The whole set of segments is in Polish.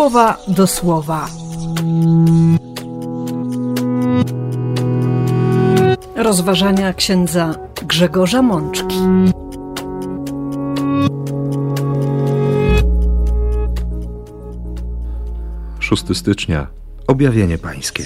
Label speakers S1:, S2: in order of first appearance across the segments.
S1: Słowa do słowa. Rozważania księdza Grzegorza Mączki.
S2: Szósty stycznia. Objawienie Pańskie.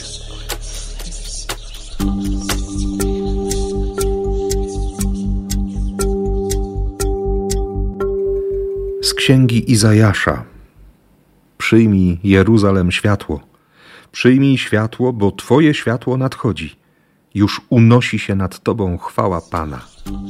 S2: Z księgi Izajasza. Przyjmij, Jeruzalem, światło. Przyjmij światło, bo Twoje światło nadchodzi. Już unosi się nad Tobą chwała Pana.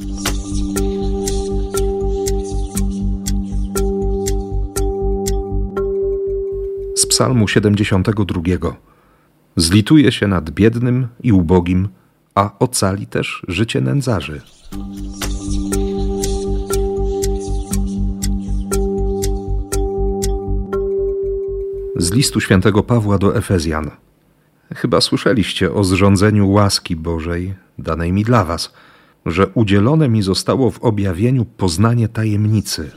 S2: Z Psalmu 72. Zlituje się nad biednym i ubogim, a ocali też życie nędzarzy. Z listu świętego Pawła do Efezjan. Chyba słyszeliście o zrządzeniu łaski Bożej danej mi dla was, że udzielone mi zostało w objawieniu poznanie tajemnicy.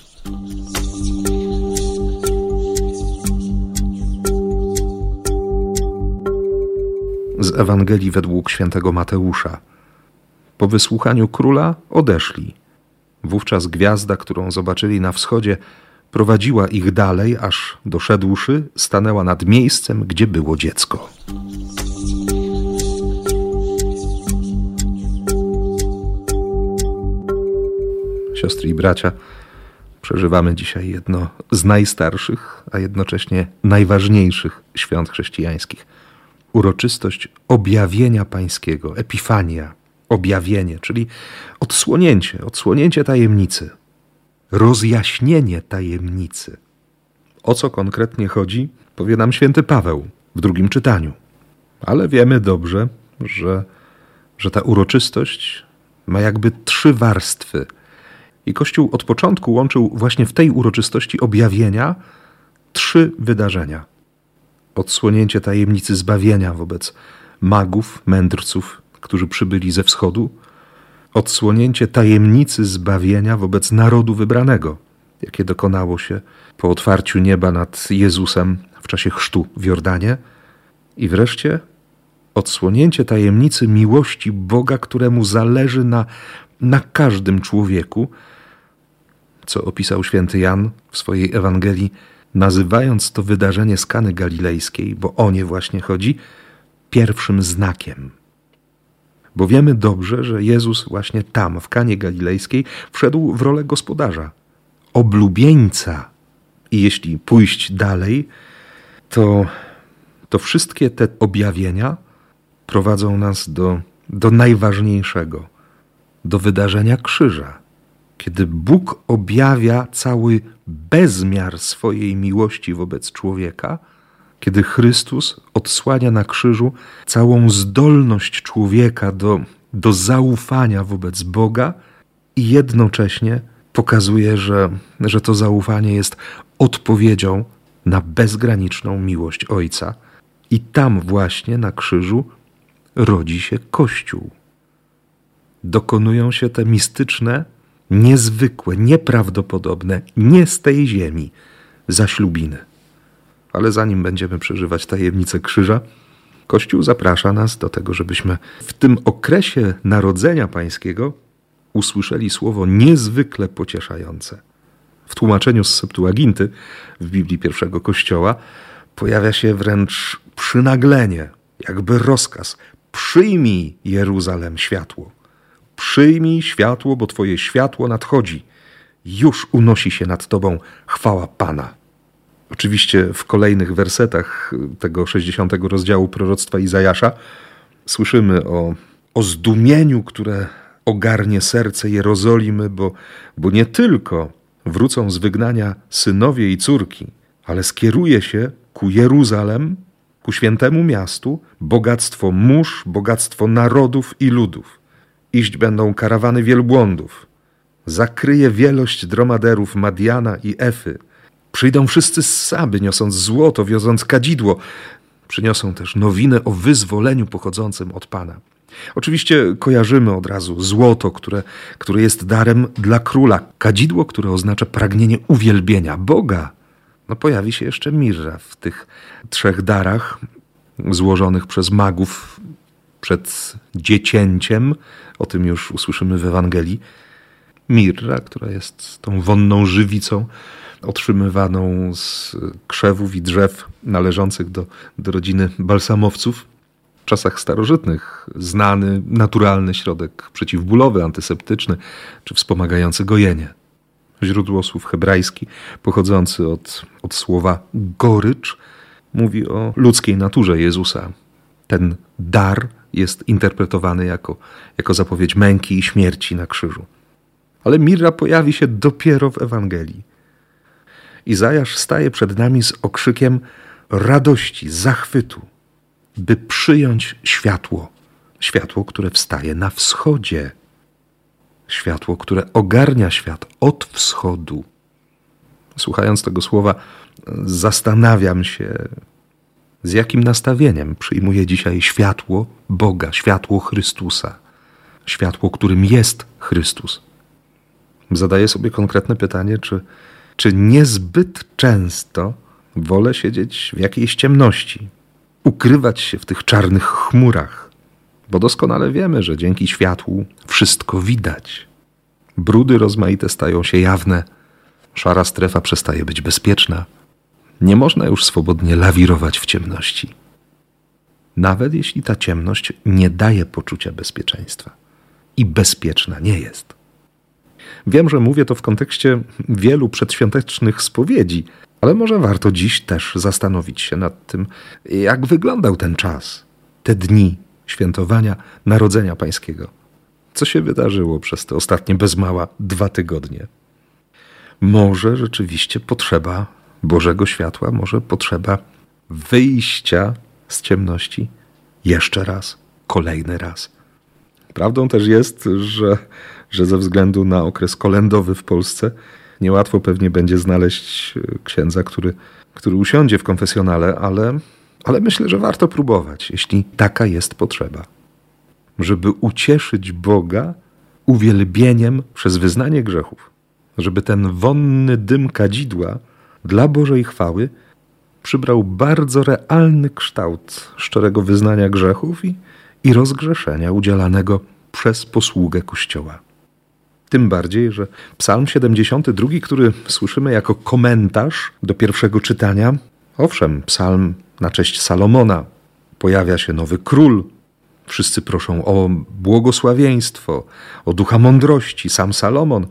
S2: Z Ewangelii według świętego Mateusza. Po wysłuchaniu króla odeszli. Wówczas gwiazda, którą zobaczyli na wschodzie, prowadziła ich dalej, aż doszedłszy, stanęła nad miejscem, gdzie było dziecko. Siostry i bracia, przeżywamy dzisiaj jedno z najstarszych, a jednocześnie najważniejszych świąt chrześcijańskich. Uroczystość objawienia Pańskiego, Epifania, objawienie, czyli odsłonięcie tajemnicy, rozjaśnienie tajemnicy. O co konkretnie chodzi, powie nam święty Paweł w drugim czytaniu. Ale wiemy dobrze, że ta uroczystość ma jakby 3 warstwy. I Kościół od początku łączył właśnie w tej uroczystości objawienia 3 wydarzenia. Odsłonięcie tajemnicy zbawienia wobec magów, mędrców, którzy przybyli ze wschodu. Odsłonięcie tajemnicy zbawienia wobec narodu wybranego, jakie dokonało się po otwarciu nieba nad Jezusem w czasie chrztu w Jordanie. I wreszcie odsłonięcie tajemnicy miłości Boga, któremu zależy na każdym człowieku, co opisał święty Jan w swojej Ewangelii, nazywając to wydarzenie z Kany Galilejskiej, bo o nie właśnie chodzi, pierwszym znakiem. Bo wiemy dobrze, że Jezus właśnie tam, w Kanie Galilejskiej, wszedł w rolę gospodarza, oblubieńca. I jeśli pójść dalej, to wszystkie te objawienia prowadzą nas do najważniejszego, do wydarzenia krzyża. Kiedy Bóg objawia cały bezmiar swojej miłości wobec człowieka, kiedy Chrystus odsłania na krzyżu całą zdolność człowieka do zaufania wobec Boga i jednocześnie pokazuje, że to zaufanie jest odpowiedzią na bezgraniczną miłość Ojca. I tam właśnie na krzyżu rodzi się Kościół. Dokonują się te mistyczne, niezwykłe, nieprawdopodobne, nie z tej ziemi zaślubiny. Ale zanim będziemy przeżywać tajemnicę krzyża, Kościół zaprasza nas do tego, żebyśmy w tym okresie Narodzenia Pańskiego usłyszeli słowo niezwykle pocieszające. W tłumaczeniu z Septuaginty w Biblii pierwszego Kościoła pojawia się wręcz przynaglenie, jakby rozkaz. Przyjmij, Jeruzalem, światło. Przyjmij światło, bo Twoje światło nadchodzi. Już unosi się nad Tobą chwała Pana. Oczywiście w kolejnych wersetach tego 60 rozdziału proroctwa Izajasza słyszymy o zdumieniu, które ogarnie serce Jerozolimy, bo nie tylko wrócą z wygnania synowie i córki, ale skieruje się ku Jeruzalem, ku świętemu miastu, bogactwo mórz, bogactwo narodów i ludów. Iść będą karawany wielbłądów. Zakryje wielość dromaderów Madiana i Efy. Przyjdą wszyscy z Saby, niosąc złoto, wioząc kadzidło. Przyniosą też nowinę o wyzwoleniu pochodzącym od Pana. Oczywiście kojarzymy od razu złoto, które jest darem dla króla. Kadzidło, które oznacza pragnienie uwielbienia Boga. pojawi się jeszcze mirra w tych 3 darach złożonych przez magów przed dziecięciem. O tym już usłyszymy w Ewangelii. Mirra, która jest tą wonną żywicą otrzymywaną z krzewów i drzew należących do rodziny balsamowców. W czasach starożytnych znany, naturalny środek przeciwbólowy, antyseptyczny czy wspomagający gojenie. Źródło słów hebrajski pochodzący od słowa gorycz mówi o ludzkiej naturze Jezusa. Ten dar jest interpretowany jako zapowiedź męki i śmierci na krzyżu. Ale mirra pojawi się dopiero w Ewangelii. Izajasz staje przed nami z okrzykiem radości, zachwytu, by przyjąć światło. Światło, które wstaje na wschodzie. Światło, które ogarnia świat od wschodu. Słuchając tego słowa, zastanawiam się, z jakim nastawieniem przyjmuję dzisiaj światło Boga, światło Chrystusa. Światło, którym jest Chrystus. Zadaję sobie konkretne pytanie, czy niezbyt często wolę siedzieć w jakiejś ciemności, ukrywać się w tych czarnych chmurach, bo doskonale wiemy, że dzięki światłu wszystko widać. Brudy rozmaite stają się jawne, szara strefa przestaje być bezpieczna. Nie można już swobodnie lawirować w ciemności. Nawet jeśli ta ciemność nie daje poczucia bezpieczeństwa i bezpieczna nie jest. Wiem, że mówię to w kontekście wielu przedświątecznych spowiedzi, ale może warto dziś też zastanowić się nad tym, jak wyglądał ten czas, te dni świętowania Narodzenia Pańskiego. Co się wydarzyło przez te ostatnie bez mała 2 tygodnie? Może rzeczywiście potrzeba Bożego światła, może potrzeba wyjścia z ciemności jeszcze raz, kolejny raz. Prawdą też jest, że ze względu na okres kolędowy w Polsce niełatwo pewnie będzie znaleźć księdza, który usiądzie w konfesjonale, ale myślę, że warto próbować, jeśli taka jest potrzeba. Żeby ucieszyć Boga uwielbieniem przez wyznanie grzechów. Żeby ten wonny dym kadzidła dla Bożej chwały przybrał bardzo realny kształt szczerego wyznania grzechów i rozgrzeszenia udzielanego przez posługę Kościoła. Tym bardziej, że Psalm 72, który słyszymy jako komentarz do pierwszego czytania, owszem, psalm na cześć Salomona, pojawia się nowy król, wszyscy proszą o błogosławieństwo, o ducha mądrości. Sam Salomon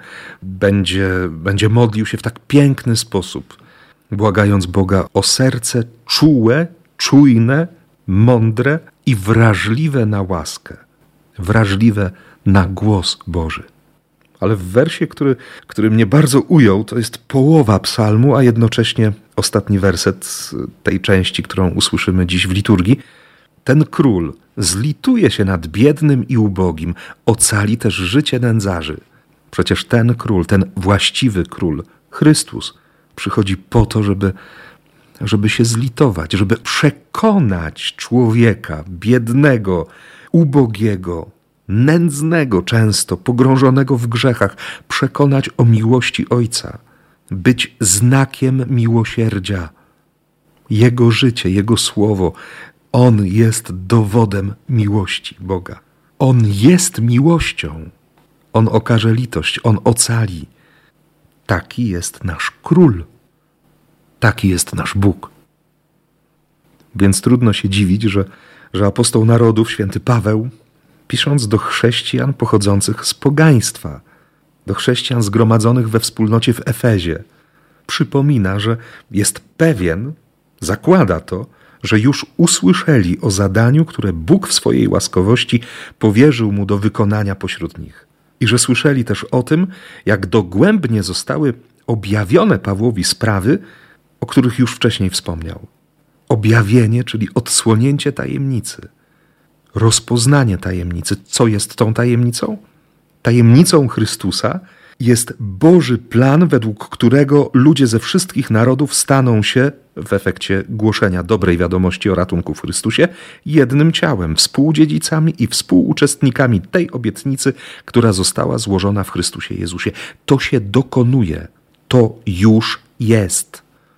S2: będzie modlił się w tak piękny sposób, błagając Boga o serce czułe, czujne, mądre i wrażliwe na łaskę, wrażliwe na głos Boży. Ale w wersie, który mnie bardzo ujął, to jest połowa psalmu, a jednocześnie ostatni werset tej części, którą usłyszymy dziś w liturgii. Ten król zlituje się nad biednym i ubogim, ocali też życie nędzarzy. Przecież ten król, ten właściwy król, Chrystus, przychodzi po to, żeby się zlitować, żeby przekonać człowieka biednego, ubogiego, nędznego często, pogrążonego w grzechach, przekonać o miłości Ojca, być znakiem miłosierdzia. Jego życie, Jego słowo, On jest dowodem miłości Boga. On jest miłością. On okaże litość, On ocali. Taki jest nasz król. Taki jest nasz Bóg. Więc trudno się dziwić, że apostoł narodów, święty Paweł, pisząc do chrześcijan pochodzących z pogaństwa, do chrześcijan zgromadzonych we wspólnocie w Efezie, przypomina, że jest pewien, zakłada to, że już usłyszeli o zadaniu, które Bóg w swojej łaskowości powierzył mu do wykonania pośród nich. I że słyszeli też o tym, jak dogłębnie zostały objawione Pawłowi sprawy, o których już wcześniej wspomniał. Objawienie, czyli odsłonięcie tajemnicy. Rozpoznanie tajemnicy. Co jest tą tajemnicą? Tajemnicą Chrystusa jest Boży plan, według którego ludzie ze wszystkich narodów staną się, w efekcie głoszenia dobrej wiadomości o ratunku w Chrystusie, jednym ciałem, współdziedzicami i współuczestnikami tej obietnicy, która została złożona w Chrystusie Jezusie. To się dokonuje. To już jest.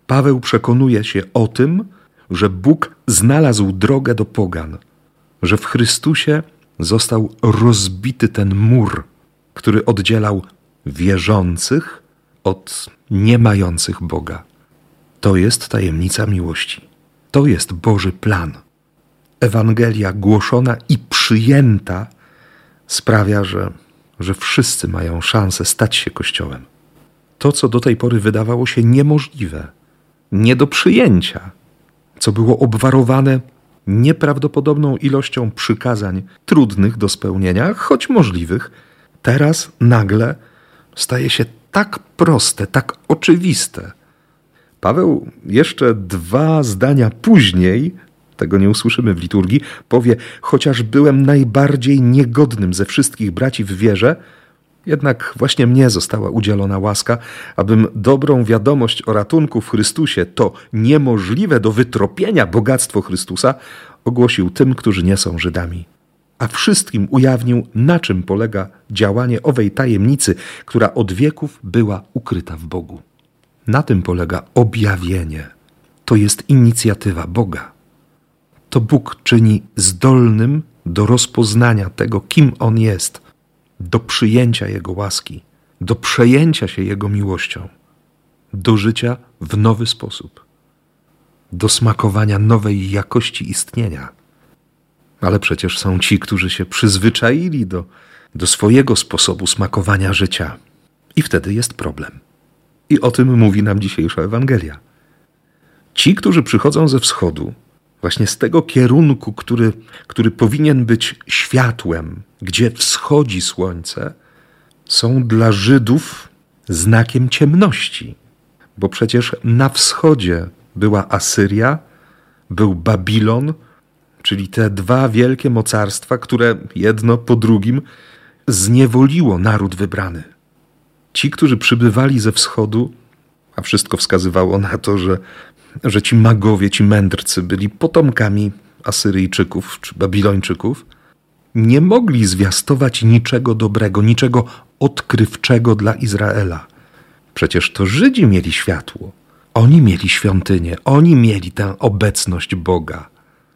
S2: Paweł przekonuje się o tym, że Bóg znalazł drogę do pogan, że w Chrystusie został rozbity ten mur, który oddzielał wierzących od niemających Boga. To jest tajemnica miłości. To jest Boży plan. Ewangelia głoszona i przyjęta sprawia, że wszyscy mają szansę stać się Kościołem. To, co do tej pory wydawało się niemożliwe, nie do przyjęcia, co było obwarowane nieprawdopodobną ilością przykazań trudnych do spełnienia, choć możliwych, teraz nagle staje się tak proste, tak oczywiste. Paweł jeszcze 2 zdania później, tego nie usłyszymy w liturgii, powie: chociaż byłem najbardziej niegodnym ze wszystkich braci w wierze, jednak właśnie mnie została udzielona łaska, abym dobrą wiadomość o ratunku w Chrystusie, to niemożliwe do wytropienia bogactwo Chrystusa, ogłosił tym, którzy nie są Żydami. A wszystkim ujawnił, na czym polega działanie owej tajemnicy, która od wieków była ukryta w Bogu. Na tym polega objawienie. To jest inicjatywa Boga. To Bóg czyni zdolnym do rozpoznania tego, kim On jest, do przyjęcia Jego łaski, do przejęcia się Jego miłością, do życia w nowy sposób, do smakowania nowej jakości istnienia. Ale przecież są ci, którzy się przyzwyczaili do swojego sposobu smakowania życia. I wtedy jest problem. I o tym mówi nam dzisiejsza Ewangelia. Ci, którzy przychodzą ze wschodu, właśnie z tego kierunku, który powinien być światłem, gdzie wschodzi słońce, są dla Żydów znakiem ciemności. Bo przecież na wschodzie była Asyria, był Babilon, czyli te 2 wielkie mocarstwa, które jedno po drugim zniewoliło naród wybrany. Ci, którzy przybywali ze wschodu, a wszystko wskazywało na to, że ci magowie, ci mędrcy byli potomkami Asyryjczyków czy Babilończyków, nie mogli zwiastować niczego dobrego, niczego odkrywczego dla Izraela. Przecież to Żydzi mieli światło, oni mieli świątynię, oni mieli tę obecność Boga.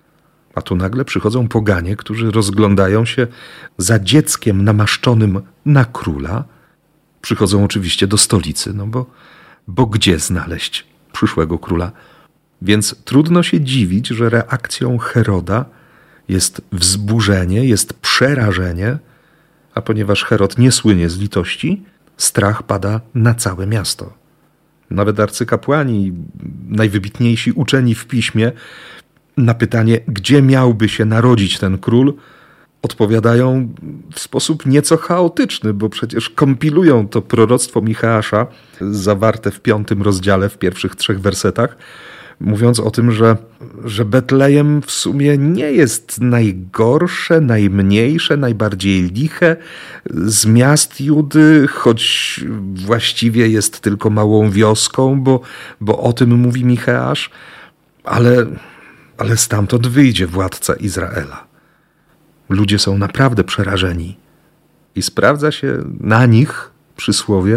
S2: A tu nagle przychodzą poganie, którzy rozglądają się za dzieckiem namaszczonym na króla. Przychodzą oczywiście do stolicy, bo gdzie znaleźć przyszłego króla? Więc trudno się dziwić, że reakcją Heroda jest wzburzenie, jest przerażenie, a ponieważ Herod nie słynie z litości, strach pada na całe miasto. Nawet arcykapłani, najwybitniejsi uczeni w piśmie, na pytanie, gdzie miałby się narodzić ten król, odpowiadają w sposób nieco chaotyczny, bo przecież kompilują to proroctwo Micheasza, zawarte w 5 rozdziale, w pierwszych 3 wersetach, mówiąc o tym, że Betlejem w sumie nie jest najgorsze, najmniejsze, najbardziej liche z miast Judy, choć właściwie jest tylko małą wioską, bo o tym mówi Micheasz, ale stamtąd wyjdzie władca Izraela. Ludzie są naprawdę przerażeni i sprawdza się na nich przysłowie,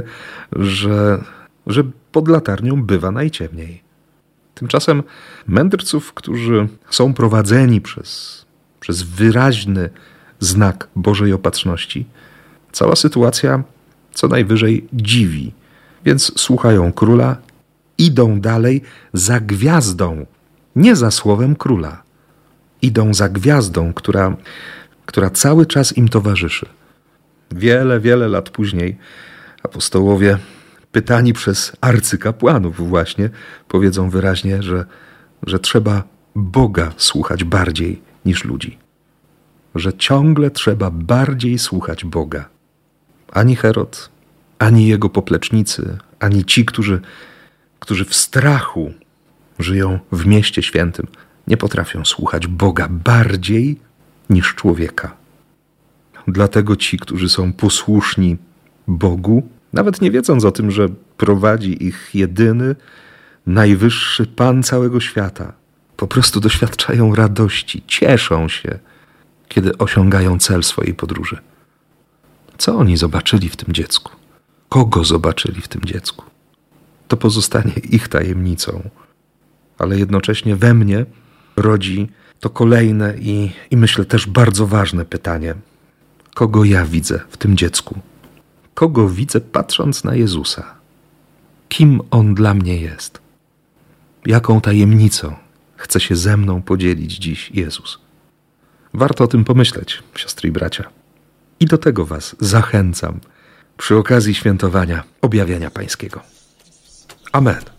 S2: że pod latarnią bywa najciemniej. Tymczasem mędrców, którzy są prowadzeni przez wyraźny znak Bożej opatrzności, cała sytuacja co najwyżej dziwi, więc słuchają króla, idą dalej za gwiazdą, nie za słowem króla. Idą za gwiazdą, która cały czas im towarzyszy. Wiele, wiele lat później apostołowie, pytani przez arcykapłanów właśnie, powiedzą wyraźnie, że trzeba Boga słuchać bardziej niż ludzi. Że ciągle trzeba bardziej słuchać Boga. Ani Herod, ani jego poplecznicy, ani ci, którzy w strachu żyją w mieście świętym, nie potrafią słuchać Boga bardziej niż człowieka. Dlatego ci, którzy są posłuszni Bogu, nawet nie wiedząc o tym, że prowadzi ich jedyny, najwyższy Pan całego świata, po prostu doświadczają radości, cieszą się, kiedy osiągają cel swojej podróży. Co oni zobaczyli w tym dziecku? Kogo zobaczyli w tym dziecku? to pozostanie ich tajemnicą. Ale jednocześnie we mnie rodzi to kolejne i myślę też bardzo ważne pytanie. Kogo ja widzę w tym dziecku? Kogo widzę patrząc na Jezusa? Kim On dla mnie jest? Jaką tajemnicą chce się ze mną podzielić dziś Jezus? Warto o tym pomyśleć, siostry i bracia. I do tego was zachęcam przy okazji świętowania Objawienia Pańskiego. Amen.